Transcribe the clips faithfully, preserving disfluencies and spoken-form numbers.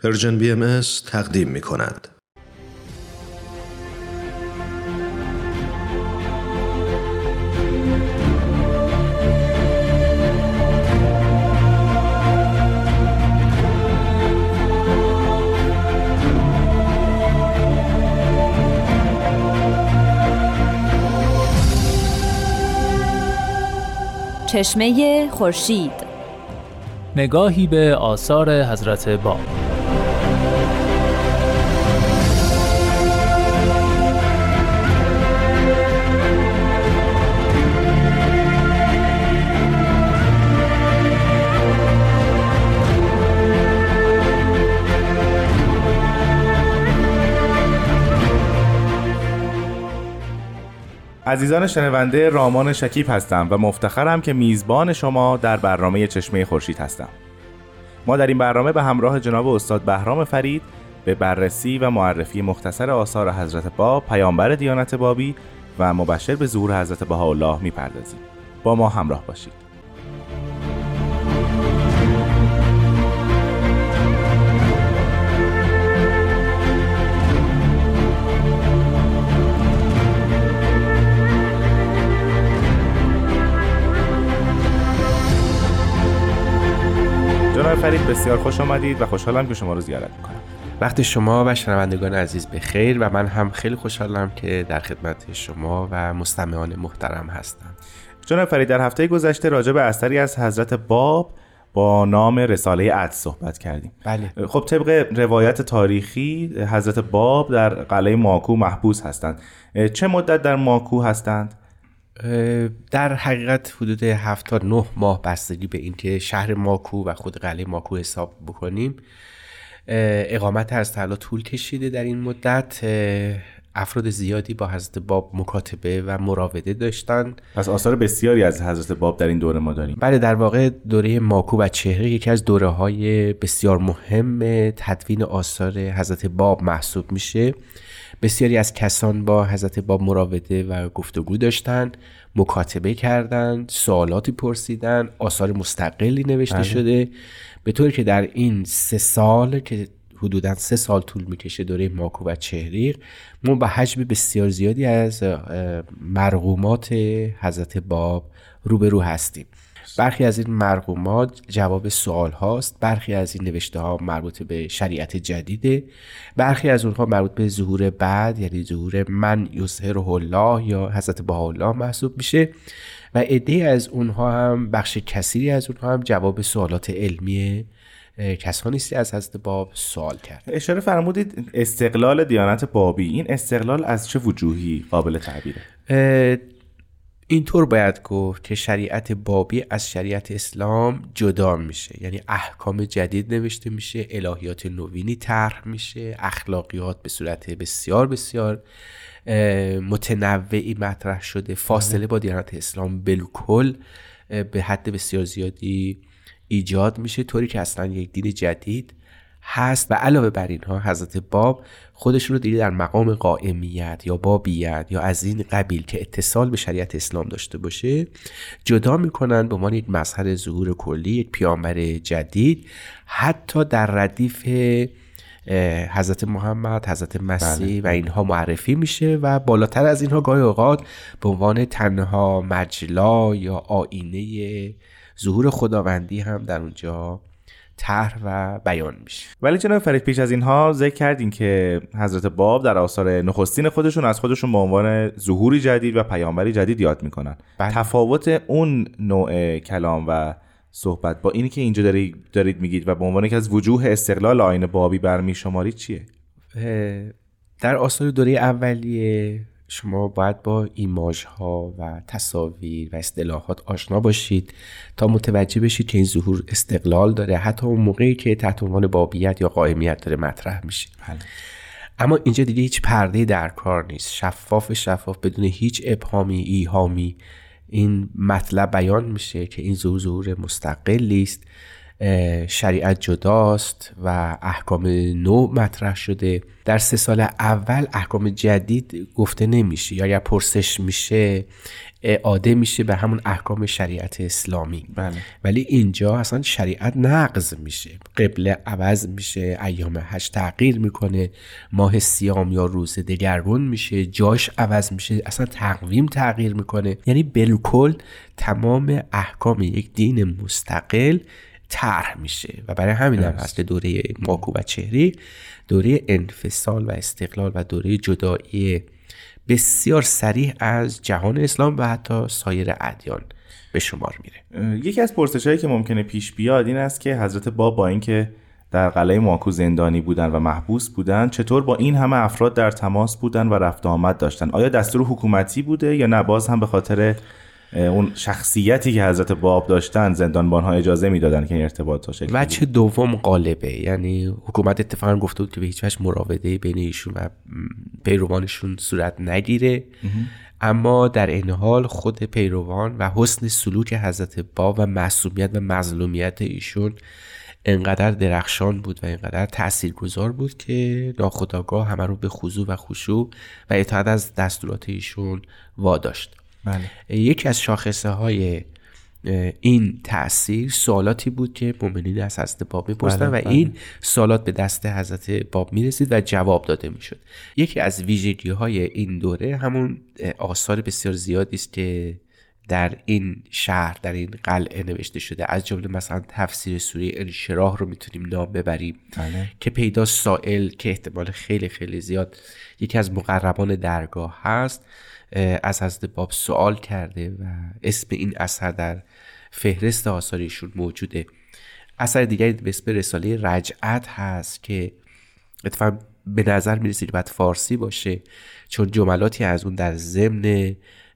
پرژن بی ام اس تقدیم می کند. چشمه خورشید، نگاهی به آثار حضرت باب. عزیزان شنونده، رامان شکیب هستم و مفتخرم که میزبان شما در برنامه چشمه خورشید هستم. ما در این برنامه به همراه جناب استاد بهرام فرید به بررسی و معرفی مختصر آثار حضرت باب، پیامبر دیانت بابی و مبشر به ظهور حضرت بهاءالله میپردازیم. با ما همراه باشید. جناب فرید، بسیار خوش آمدید و خوشحالم که شما رو زیارت میکنم. وقت شما و شنوندگان عزیز بخیر و من هم خیلی خوشحالم که در خدمت شما و مستمعان محترم هستم. جناب فرید، در هفته گذشته راجع به اثری از حضرت باب با نام رساله عدس صحبت کردیم. بله. خب طبق روایت تاریخی حضرت باب در قلعه ماکو محبوس هستند. چه مدت در ماکو هستند؟ در حقیقت حدود هفت تا نه ماه، بستگی به اینکه شهر ماکو و خود قلعه ماکو حساب بکنیم. اقامت از تعالی طول کشیده. در این مدت افراد زیادی با حضرت باب مکاتبه و مراوده داشتن. پس آثار بسیاری از حضرت باب در این دوره ما داریم. بله، در واقع دوره ماکو و چهره یکی از دوره‌های بسیار مهم تدوین آثار حضرت باب محسوب میشه. بسیاری از کسان با حضرت باب مراوده و گفتگو داشتن، مکاتبه کردند، سوالاتی پرسیدن، آثار مستقلی نوشته بله. شده، به طوری که در این سه سال که حدوداً سه سال طول میکشه دوره ماکو و چهریق، ما با حجم بسیار زیادی از مرقومات حضرت باب روبرو هستیم. برخی از این مرقومات جواب سوال هاست، برخی از این نوشته ها مربوط به شریعت جدیده، برخی از اونها مربوط به ظهور بعد، یعنی ظهور من یظهره الله یا حضرت بهاءالله محسوب میشه و عده‌ای از اونها هم، بخش کثیری از اونها هم جواب سوالات علمی کسانی است از حضرت باب سوال کرد. اشاره فرمودید استقلال دیانت بابی. این استقلال از چه وجوهی قابل تعبیره؟ اینطور باید گفت که شریعت بابی از شریعت اسلام جدا میشه، یعنی احکام جدید نوشته میشه، الهیات نوینی طرح میشه، اخلاقیات به صورت بسیار بسیار متنوعی مطرح شده. فاصله با دیانت اسلام بالکل به حد بسیار زیادی ایجاد میشه، طوری که اصلا یک دین جدید هست. و علاوه بر اینها حضرت باب خودشون رو دیگه در مقام قائمیت یا بابیت یا از این قبیل که اتصال به شریعت اسلام داشته باشه جدا میکنن به عنوان یک مظهر ظهور کلی، یک پیامبر جدید، حتی در ردیف حضرت محمد، حضرت مسیح بله. و اینها معرفی میشه و بالاتر از اینها گاهی اوقات به عنوان تنها مجلا یا آینه ظهور خداوندی هم در اونجا طرح و بیان میشه. ولی جناب فرید، پیش از اینها ذکر کردین که حضرت باب در آثار نخستین خودشون از خودشون به عنوان ظهوری جدید و پیامبری جدید یاد میکنن. بله. تفاوت اون نوع کلام و صحبت با اینی که اینجا دارید, دارید میگید و به عنوان یکی از وجوه استقلال آیین بابی برمی شمارید چیه؟ در آثار دوره اولیه شما باید با ایماژ ها و تصاویر و اصطلاحات آشنا باشید تا متوجه بشید که این ظهور استقلال داره، حتی اون موقعی که تحت عنوان بابیت یا قائمیت داره مطرح میشه. بله. اما اینجا دیگه هیچ پرده‌ای در کار نیست، شفاف شفاف بدون هیچ ابهامی ایهامی این مطلب بیان میشه که این ظهور ظهور مستقلی است شریعت جداست و احکام نو مطرح شده. در سه سال اول احکام جدید گفته نمیشه یا اگر پرسش میشه اعاده میشه به همون احکام شریعت اسلامی. بله. ولی اینجا اصلا شریعت نقض میشه، قبله عوض میشه، ایام حج تغییر میکنه، ماه صیام یا روزه دگرگون میشه، جاش عوض میشه، اصلا تقویم تغییر میکنه. یعنی بالکل تمام احکام یک دین مستقل طرح میشه و برای همین هم هست دوره ماکو و چهری دوره انفصال و استقلال و دوره جدایی بسیار صریح از جهان اسلام و حتی سایر ادیان به شمار میره. یکی از پرسش‌هایی که ممکنه پیش بیاد این است که حضرت باب با اینکه در قلعه ماکو زندانی بودن و محبوس بودن چطور با این همه افراد در تماس بودن و رفت آمد داشتن؟ آیا دستور حکومتی بوده یا نه باز هم به خاطر اون شخصیتی که حضرت باب داشتن زندانبان‌ها اجازه میدادن که این ارتباط تا شکل بگیره؟ وجه دوم غالبه، یعنی حکومت اتفاقا گفته بود که به هیچ وجه مراوده بین ایشون و پیروانشون صورت نگیره، اما در این حال خود پیروان و حسن سلوک حضرت باب و معصومیت و مظلومیت ایشون انقدر درخشان بود و انقدر تاثیرگذار بود که ناخودآگاه همه رو به خضوع و خشوع و اطاعت از دستورات ایشون واداشت. بله. یکی از شاخصه های این تأثیر سوالاتی بود که مؤمنین از حضرت باب می‌پرسیدن بله، و بله. این سوالات به دست حضرت باب میرسید و جواب داده میشد. یکی از ویژگی های این دوره همون آثار بسیار زیادی است که در این شهر در این قلعه نوشته شده، از جمله مثلا تفسیر سوره انشراح رو میتونیم نام ببریم. بله. که پیدا سائل که احتمال خیلی خیلی زیاد یکی از مقربان درگاه هست از حضرت باب سوال کرده و اسم این اثر در فهرست آثارشون موجوده. اثر دیگری به اسم رساله رجعت هست که اتفاقا به نظر میرسه که باید فارسی باشه چون جملاتی از اون در ضمن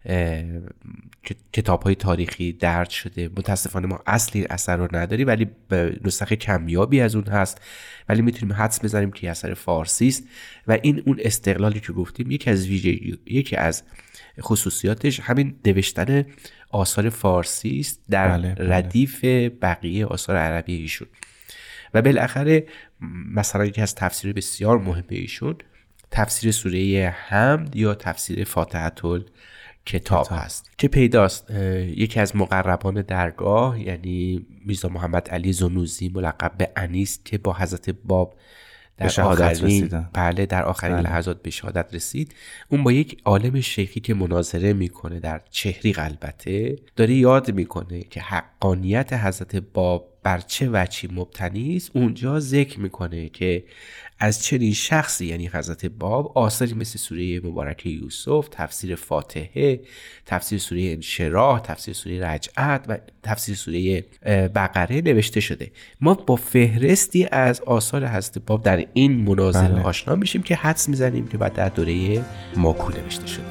کتاب‌های تاریخی درج شده. متاسفانه ما اصلی اثر رو نداریم ولی نسخه کمیابی از اون هست، ولی میتونیم حدس بزنیم که اثر فارسی است و این اون استقلالی که گفتیم یکی از ویژگی یکی از خصوصیاتش همین نوشتن آثار فارسی است در بله، بله. ردیف بقیه آثار عربی ایشون. و بالاخره مثلا یکی از تفسیر بسیار مهم ایشون تفسیر سوره حمد یا تفسیر فاتحه کتاب هست که پیداست یکی از مقربان درگاه یعنی میرزا محمد علی زنوزی ملقب به انیس که با حضرت باب در آخرین بله در آخرین بله. لحظات به شهادت رسید، اون با یک عالم شیخی که مناظره میکنه در چهری البته داره یاد میکنه که حقانیت حضرت باب بر چه وجهی مبتنی است. اونجا ذکر میکنه که از چنین شخصی یعنی حضرت باب آثاری مثل سوره مبارکه یوسف، تفسیر فاتحه، تفسیر سوره انشراح، تفسیر سوره رجعت و تفسیر سوره بقره نوشته شده. ما با فهرستی از آثار حضرت باب در این مناظره بله. آشنا میشیم که حدس میزنیم که بعد در دوره ماکو نوشته شده.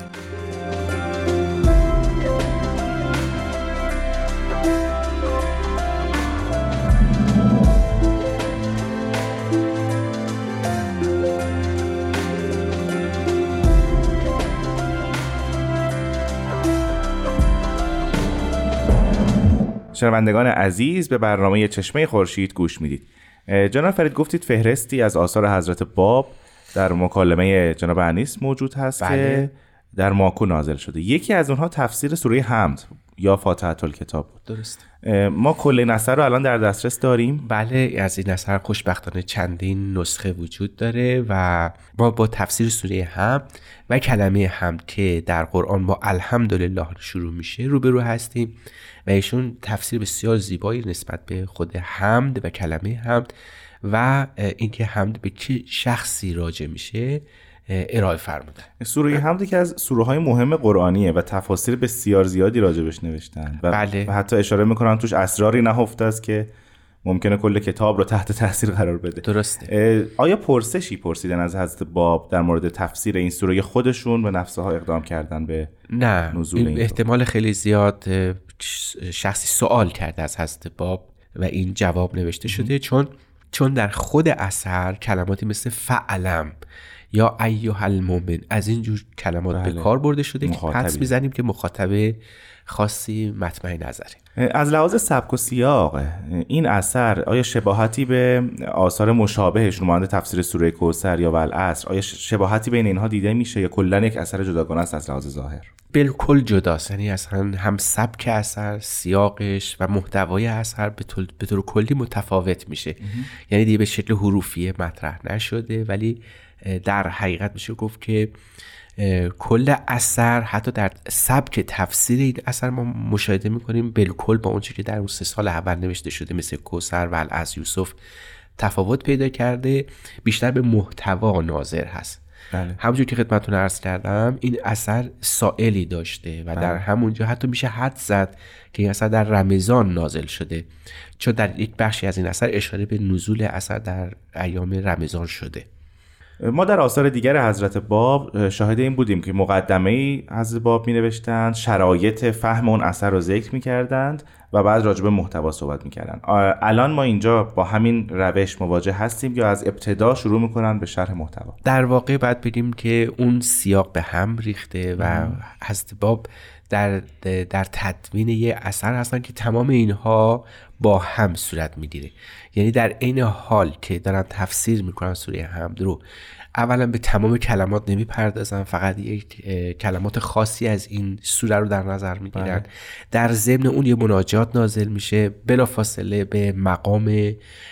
شنوندگان عزیز به برنامه چشمه خورشید گوش میدید. جناب فرید گفتید فهرستی از آثار حضرت باب در مکالمه جناب انیس موجود هست بله. که در ماکو نازل شده. یکی از اونها تفسیر سوره حمد یا فاتحه الکتاب بود. درست. ما کل اثر رو الان در دسترس داریم؟ بله، از این اثر خوشبختانه چندین نسخه وجود داره و ما با تفسیر سوره حمد و کلمه حمد که در قرآن با الحمدلله شروع میشه روبرو هستیم و ایشون تفسیر بسیار زیبایی نسبت به خود حمد و کلمه حمد و اینکه حمد به چه شخصی راجع میشه ارائه فرمودن. سوره حمد که از سوره های مهم قرآنیه و تفاسیر بسیار زیادی راجبش نوشتن و, بله. و حتی اشاره میکنن توش اسراری نهفته است که ممکنه کل کتاب رو تحت تاثیر قرار بده. درسته. آیا پرسشی پرسیدن از حضرت باب در مورد تفسیر این سوره خودشون و نفسها اقدام کردن به نه نزول این احتمال خیلی زیاد شخصی سوال کرده از حضرت باب و این جواب نوشته شده چون چون در خود اثر کلماتی مثل فعلم یا ایها المؤمن از این جور کلمات بله. به کار برده شده که مخاطبی. حدس میزنیم که مخاطب خاصی مطمع نظره. از لحاظ سبک و سیاق این اثر آیا شباهتی به آثار مشابهش مانند تفسیر سوره کوثر یا والعصر، آیا شباهتی بین اینها دیده میشه یا کلا یک اثر جداگانه است از لحاظ ظاهر؟ بالکل جداست، یعنی اصلا هم سبک اثر، سیاقش و محتوای اثر به طور, به طور کلی متفاوت میشه. یعنی دیگه به شکل حروفیه مطرح نشده، ولی در حقیقت میشه گفت که کل اثر حتی در سبک تفسیر این اثر ما مشاهده میکنیم بالکل با اونچه که در اون سه سال اول نوشته شده مثل کوثر و از یوسف تفاوت پیدا کرده، بیشتر به محتوا ناظر هست. بله. همونجور که خدمتتون عرض کردم این اثر سائلی داشته و بله. در همونجا حتی میشه حد زد که این اثر در رمضان نازل شده، چون در یک بخشی از این اثر اشاره به نزول اثر در ایام رمضان شده. ما در آثار دیگر حضرت باب شاهد این بودیم که مقدمه‌ای حضرت باب می‌نوشتند، شرایط فهم اون اثر رو ذکر می‌کردند و بعد راجع به محتوا صحبت می‌کردند. الان ما اینجا با همین روش مواجه هستیم یا از ابتدا شروع می‌کنن به شرح محتوا؟ در واقع باید بگیم که اون سیاق به هم ریخته و حضرت باب در در تدوین یه اثر هستن که تمام اینها با هم صورت میگیره. یعنی در عین حال که دارن تفسیر میکنن سوره حمد رو، اولا به تمام کلمات نمیپردازن، فقط یک کلمات خاصی از این سوره رو در نظر میگیرن. در ضمن اون یه مناجات نازل میشه بلافاصله به مقام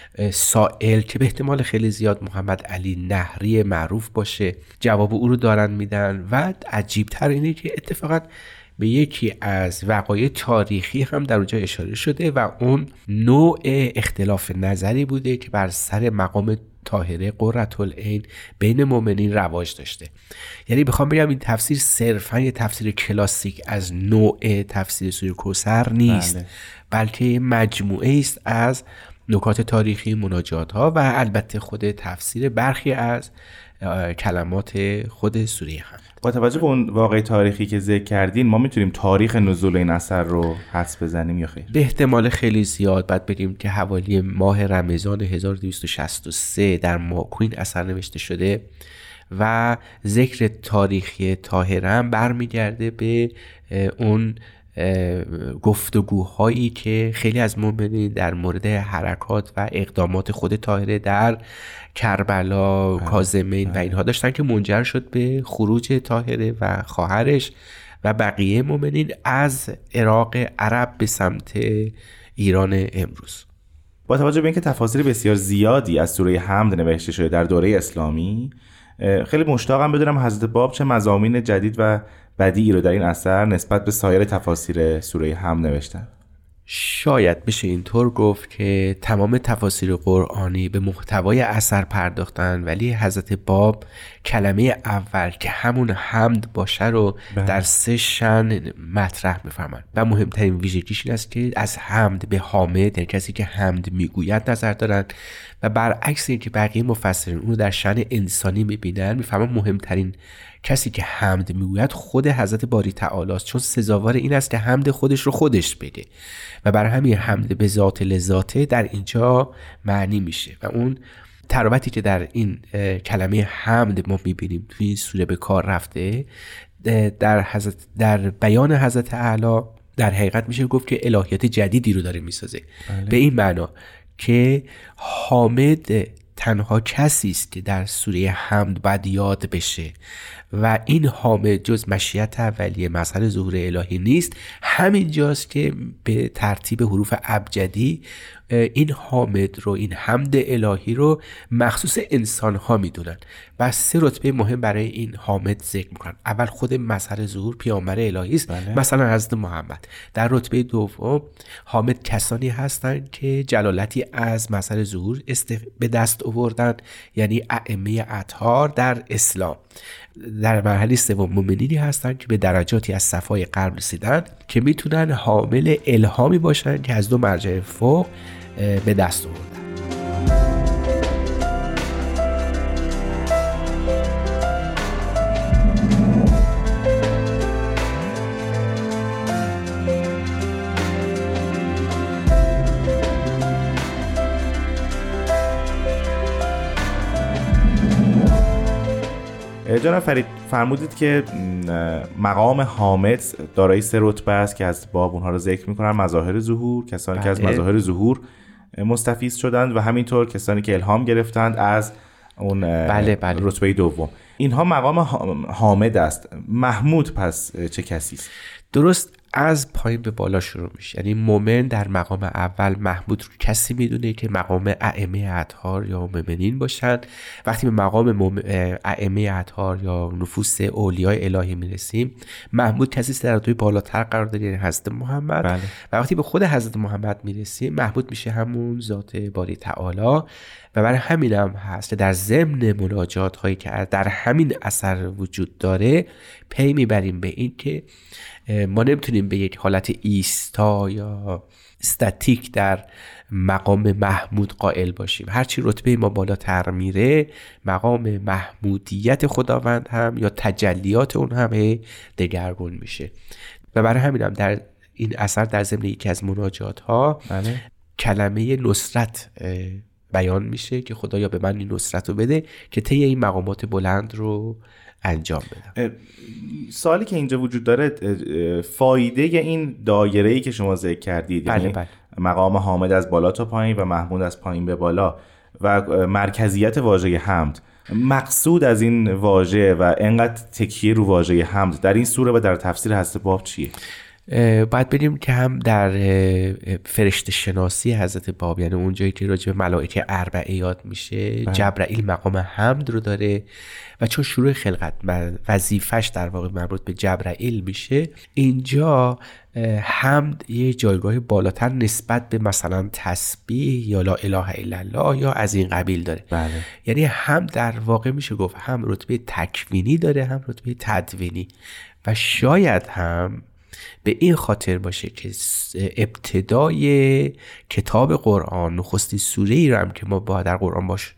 سائل که به احتمال خیلی زیاد محمد علی نهری معروف باشه، جواب او رو دارن میدن. و عجیبتر اینه که اتفاقا به یکی از وقایع تاریخی هم در اونجا اشاره شده و اون نوع اختلاف نظری بوده که بر سر مقام طاهره قرةالعین بین مؤمنین رواج داشته. یعنی بخوام بگم این تفسیر صرفا یه تفسیر کلاسیک از نوع تفسیر سوره کوثر نیست، بله. بلکه مجموعه است از نکات تاریخی، مناجات ها و البته خود تفسیر برخی از کلمات خود سوره حمد. با توجه به اون واقع تاریخی که ذکر کردین، ما میتونیم تاریخ نزول این اثر رو حدس بزنیم یا خیر؟ به احتمال خیلی زیاد باید بگیم که حوالی ماه رمضان هزار و دویست و شصت و سه در ماکو این اثر نوشته شده و ذکر تاریخی طاهره هم برمیگرده به اون گفتگوهایی که خیلی از مؤمنین در مورد حرکات و اقدامات خود طاهره در کربلا، کاظمین و اینها داشتن که منجر شد به خروج طاهره و خواهرش و بقیه مؤمنین از عراق عرب به سمت ایران امروز. با توجه به اینکه تفاسیر بسیار زیادی از سوره حمد نوشته شده در دوره اسلامی، خیلی مشتاقم بدونم حضرت باب چه مضامین جدید و بدیعی رو در این اثر نسبت به سایر تفاسیر سوره حمد نوشتن. شاید بشه اینطور گفت که تمام تفاسیر قرآنی به محتوای اثر پرداختن، ولی حضرت باب کلمه اول که همون حمد باشه رو بله. در سه شأن مطرح می‌فرمایند و مهمترین ویژگیش این است که از حمد به حامد، یعنی کسی که حمد میگوید، نظر دارند و برعکس این که بقیه مفسرین اون رو در شأن انسانی می‌بینن، می‌فرمایند مهمترین کسی که حمد میگوید خود حضرت باری تعالی است، چون سزاوار این است که حمد خودش رو خودش بگه و برای همین حمد به ذات لذاته در اینجا معنی میشه و اون تراوتی که در این کلمه حمد ما میبینیم توی این سوره به کار رفته در حضرت در بیان حضرت اعلی در حقیقت میشه گفت که الهیات جدیدی رو داره میسازه. بله. به این معنا که حامد تنها کسی است که در سوره حمد باید یاد بشه و این حامد جز مشیت اولیه مظهر ظهور الهی نیست. همین جاست که به ترتیب حروف ابجدی این حامد رو، این حمد الهی رو مخصوص انسان ها میدونن و سه رتبه مهم برای این حامد ذکر میکنن. اول خود مظهر ظهور پیامبر الهی است، بله. مثلا حضرت محمد. در رتبه دوم حامد کسانی هستند که جلالتی از مظهر ظهور است به دست آوردن، یعنی ائمه اطهار در اسلام. در مرحله سوم مؤمنینی هستند که به درجاتی از صفای قلب رسیدن که میتونن حامل الهامی باشن که از دو مرجع فوق به دست آوردن. جناب فرید فرمودید که مقام حامد دارای سه رتبه است که از باب اونها رو ذکر میکنن: مظاهر ظهور، کسانی بله. که از مظاهر ظهور مستفیض شدند و همینطور کسانی که الهام گرفتند از اون بله بله. رتبه دوم. اینها مقام حامد است. محمود پس چه کسی است؟ درست از پایین به بالا شروع میشه. یعنی مومن در مقام اول محمود رو کسی میدونه که مقام ائمه اطهار یا مؤمنین باشن. وقتی به مقام ائمه اطهار یا نفوس اولیای الهی میرسیم، محمود کسی است در رتبه بالاتر قرار داره، یعنی حضرت محمد. بله. و وقتی به خود حضرت محمد میرسیم، محمود میشه همون ذات باری تعالی. و برای همین هم هست در ضمن مناجات هایی که در همین اثر وجود داره، پی میبریم به این که ما نمیتونیم به یک حالت ایستا یا استاتیک در مقام محمود قائل باشیم. هرچی رتبه ما بالاتر میره، مقام محمودیت خداوند هم یا تجلیات اون هم دگرگون میشه. و برای همین هم در این اثر در ضمن یکی از مناجات ها بله. کلمه نصرت بیان میشه که خدایا به من این نصرت رو بده که طی این مقامات بلند رو انجام بدم. سوالی که اینجا وجود داره، فایده این دایره‌ای که شما ذکر کردید، بله یعنی بله. مقام حامد از بالا تا پایین و محمود از پایین به بالا و مرکزیت واژه حمد، مقصود از این واژه و انقدر تکیه رو واژه حمد در این سوره و در تفسیر حضرت باب چیه؟ باید بدیم که هم در فرشته شناسی حضرت باب، یعنی اون جایی که راجع به ملائکه اربعه یاد میشه، بله. جبرائیل مقام حمد رو داره و چون شروع خلقت وظیفش در واقع مربوط به جبرائیل میشه، اینجا حمد یه جایگاه بالاتر نسبت به مثلا تسبیح یا لا اله الا الله یا از این قبیل داره. بله. یعنی هم در واقع میشه گفت هم رتبه تکوینی داره، هم رتبه تدوینی. و شاید هم به این خاطر باشه که ابتدای کتاب قرآن، نخستین سوره ای رو هم که ما با در قرآن باش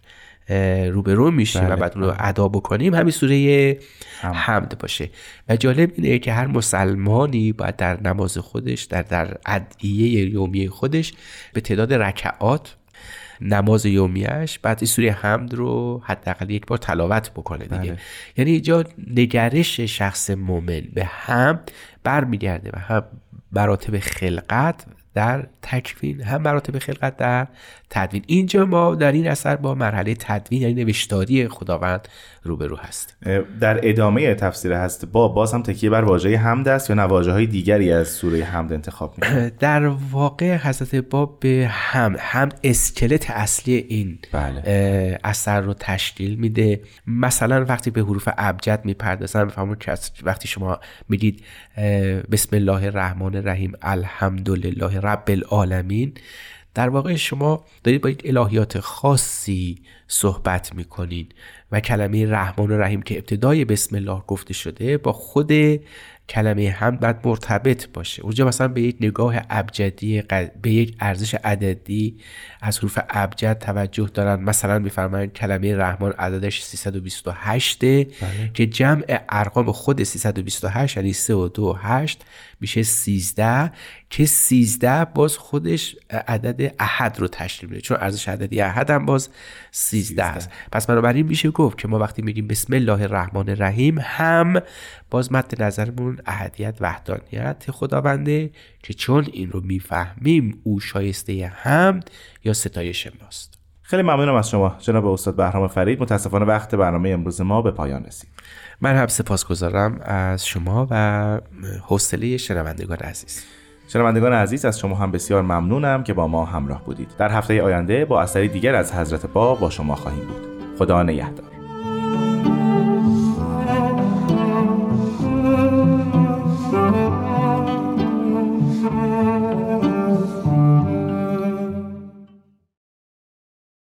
روبرو میشیم بله. و بعد اون رو ادا بکنیم همین سوره حمد. حمد باشه. و جالب اینه که هر مسلمانی باید در نماز خودش، در در ادعیه یومی خودش به تعداد رکعات نماز یومیش بعد این سوره حمد رو حداقل یک بار تلاوت بکنه دیگه. بله. یعنی اینجا نگرش شخص مومن به حمد برمیگرده و هم مراتب خلقت در تکوین، هم مراتب خلقت در تدوین. اینجا ما در این اثر با مرحله تدوین یعنی نوشتاری خداوند روبرو هست. در ادامه تفسیر هست با باز هم تکیه بر واژه حمد است یا واژه‌های دیگری از سوره حمد انتخاب می‌کنه؟ در واقع حضرت باب به حمد حمد اسکلت اصلی این بله. اثر رو تشکیل میده. مثلا وقتی به حروف ابجد میپردازن، بفهمون که وقتی شما میگید بسم الله الرحمن الرحیم الحمدلله رب العالمین، در واقع شما دارید با یک الهیات خاصی صحبت میکنین و کلمه رحمان و رحیم که ابتدای بسم الله گفته شده با خود کلمه حمد باید مرتبط باشه. اونجا مثلا به یک نگاه ابجدی، به یک ارزش عددی از حروف ابجد توجه دارن. مثلا میفرمایند کلمه رحمان عددش سیصد و بیست و هشت بله. که جمع ارقام خود سیصد و بیست و هشت یعنی سه و دو و هشت میشه سیزده، که سیزده باز خودش عدد احد رو تشکیل میده، چون ارزش عددی احد هم باز سیزده است. پس بنابراین میشه گفت که ما وقتی میگیم بسم الله الرحمن الرحیم، هم باز مد نظرمون احدیت وحدانیت خداونده که چون این رو میفهمیم او شایسته حمد یا ستایش ماست. خیلی ممنونم از شما جناب استاد بهرام فرید. متاسفانه وقت برنامه امروز ما به پایان رسید. من هم سپاسگزارم از شما و حوصله شنوندگان عزیز. شنوندگان عزیز، از شما هم بسیار ممنونم که با ما همراه بودید. در هفته آینده با اثری دیگر از حضرت باب با شما خواهیم بود. خدا نگهدار.